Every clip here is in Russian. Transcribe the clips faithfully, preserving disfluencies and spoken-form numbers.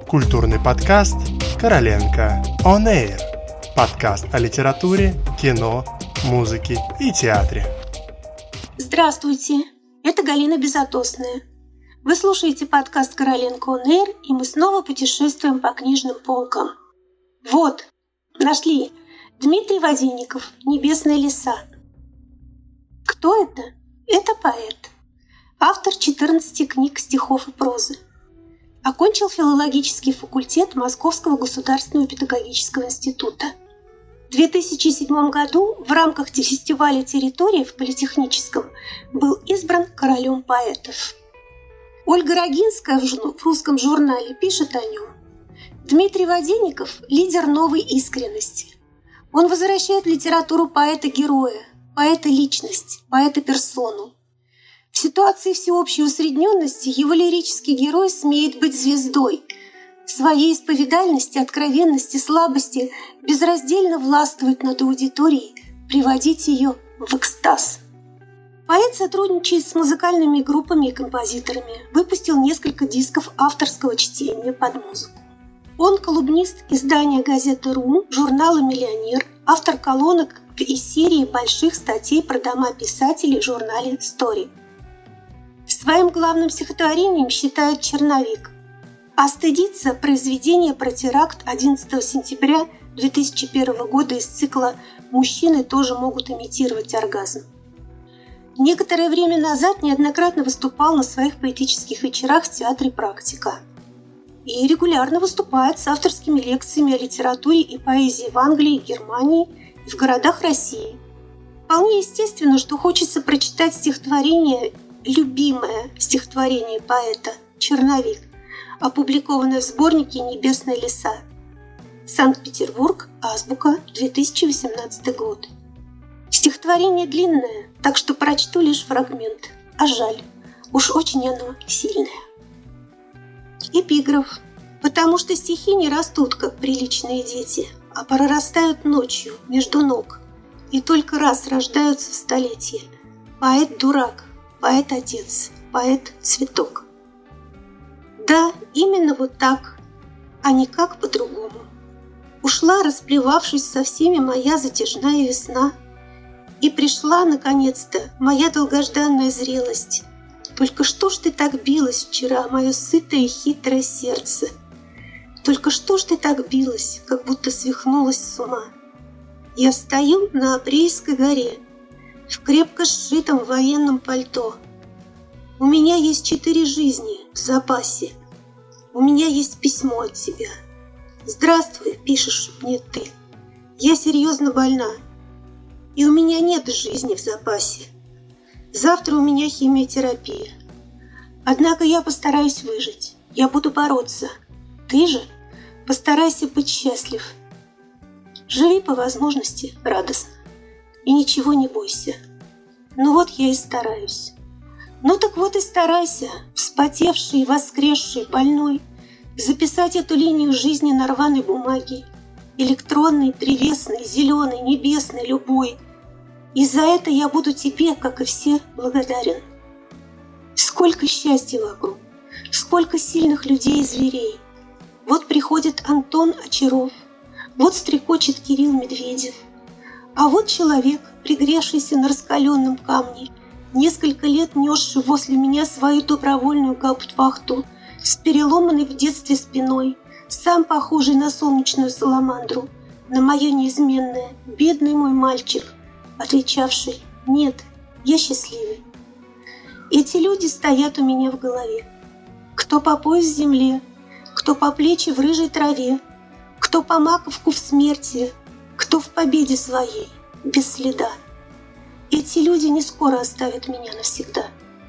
Культурный подкаст «Короленко On Air». Подкаст о литературе, кино, музыке и театре. Здравствуйте, это Галина Безотосная. Вы слушаете подкаст «Короленко On Air», и мы снова путешествуем по книжным полкам. Вот, нашли. Дмитрий Воденников «Небесные леса». Кто это? Это поэт. Автор четырнадцати книг стихов и прозы. Окончил филологический факультет Московского государственного педагогического института. В две тысячи седьмом году в рамках фестиваля «Территория» в Политехническом был избран королем поэтов. Ольга Рогинская в русском журнале пишет о нем: Дмитрий Воденников – лидер новой искренности. Он возвращает в литературу поэта-героя, поэта-личность, поэта-персону. В ситуации всеобщей усредненности его лирический герой смеет быть звездой. В своей исповедальности, откровенности, слабости безраздельно властвовать над аудиторией, приводить ее в экстаз. Поэт сотрудничает с музыкальными группами и композиторами, выпустил несколько дисков авторского чтения под музыку. Он колумнист издания газеты «Ру», журнала «Миллионер», автор колонок из серии больших статей про дома писателей в журнале «Стори». Своим главным стихотворением считает «Черновик», а «Стыдиться» – произведение про теракт одиннадцатого сентября две тысячи первого года из цикла «Мужчины тоже могут имитировать оргазм». Некоторое время назад неоднократно выступал на своих поэтических вечерах в театре «Практика». И регулярно выступает с авторскими лекциями о литературе и поэзии в Англии, Германии и в городах России. Вполне естественно, что хочется прочитать стихотворение, любимое стихотворение поэта «Черновик», опубликованное в сборнике «Небесные леса». Санкт-Петербург, Азбука, две тысячи восемнадцатый год. Стихотворение длинное, так что прочту лишь фрагмент, а жаль, уж очень оно сильное. Эпиграф. Потому что стихи не растут, как приличные дети, а прорастают ночью между ног и только раз рождаются в столетие. Поэт-дурак, поэт-отец, поэт-цветок. Да, именно вот так, а никак по-другому. Ушла, расплевавшись со всеми, моя затяжная весна, и пришла, наконец-то, моя долгожданная зрелость. Только что ж ты так билась вчера, мое сытое и хитрое сердце? Только что ж ты так билась, как будто свихнулась с ума? Я стою на Апрельской горе, в крепко сшитом военном пальто. У меня есть четыре жизни в запасе. У меня есть письмо от тебя. Здравствуй, пишешь мне ты. Я серьезно больна, и у меня нет жизни в запасе. Завтра у меня химиотерапия. Однако я постараюсь выжить. Я буду бороться. Ты же постарайся быть счастлив. Живи по возможности радостно. И ничего не бойся. Ну вот я и стараюсь. Ну так вот и старайся, вспотевший, воскресший, больной, записать эту линию жизни на рваной бумаге. Электронной, древесной, зеленой, небесной, любой. И за это я буду тебе, как и все, благодарен. Сколько счастья вокруг, сколько сильных людей и зверей. Вот приходит Антон Очаров, вот стрекочет Кирилл Медведев. А вот человек, пригревшийся на раскаленном камне, несколько лет несший возле меня свою добровольную гауптвахту, с переломанной в детстве спиной, сам похожий на солнечную саламандру, на мое неизменное, бедный мой мальчик, отвечавший: «Нет, я счастливый». Эти люди стоят у меня в голове. Кто по пояс в земле, кто по плечи в рыжей траве, кто по маковку в смерти, кто в победе своей, без следа. Эти люди не скоро оставят меня навсегда.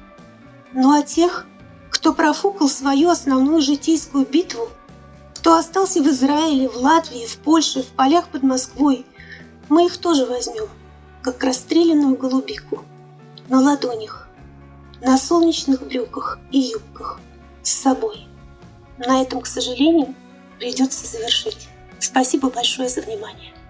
Ну а тех, кто профукал свою основную житейскую битву, кто остался в Израиле, в Латвии, в Польше, в полях под Москвой, мы их тоже возьмем, как расстрелянную голубику, на ладонях, на солнечных брюках и юбках, с собой. На этом, к сожалению, придется завершить. Спасибо большое за внимание.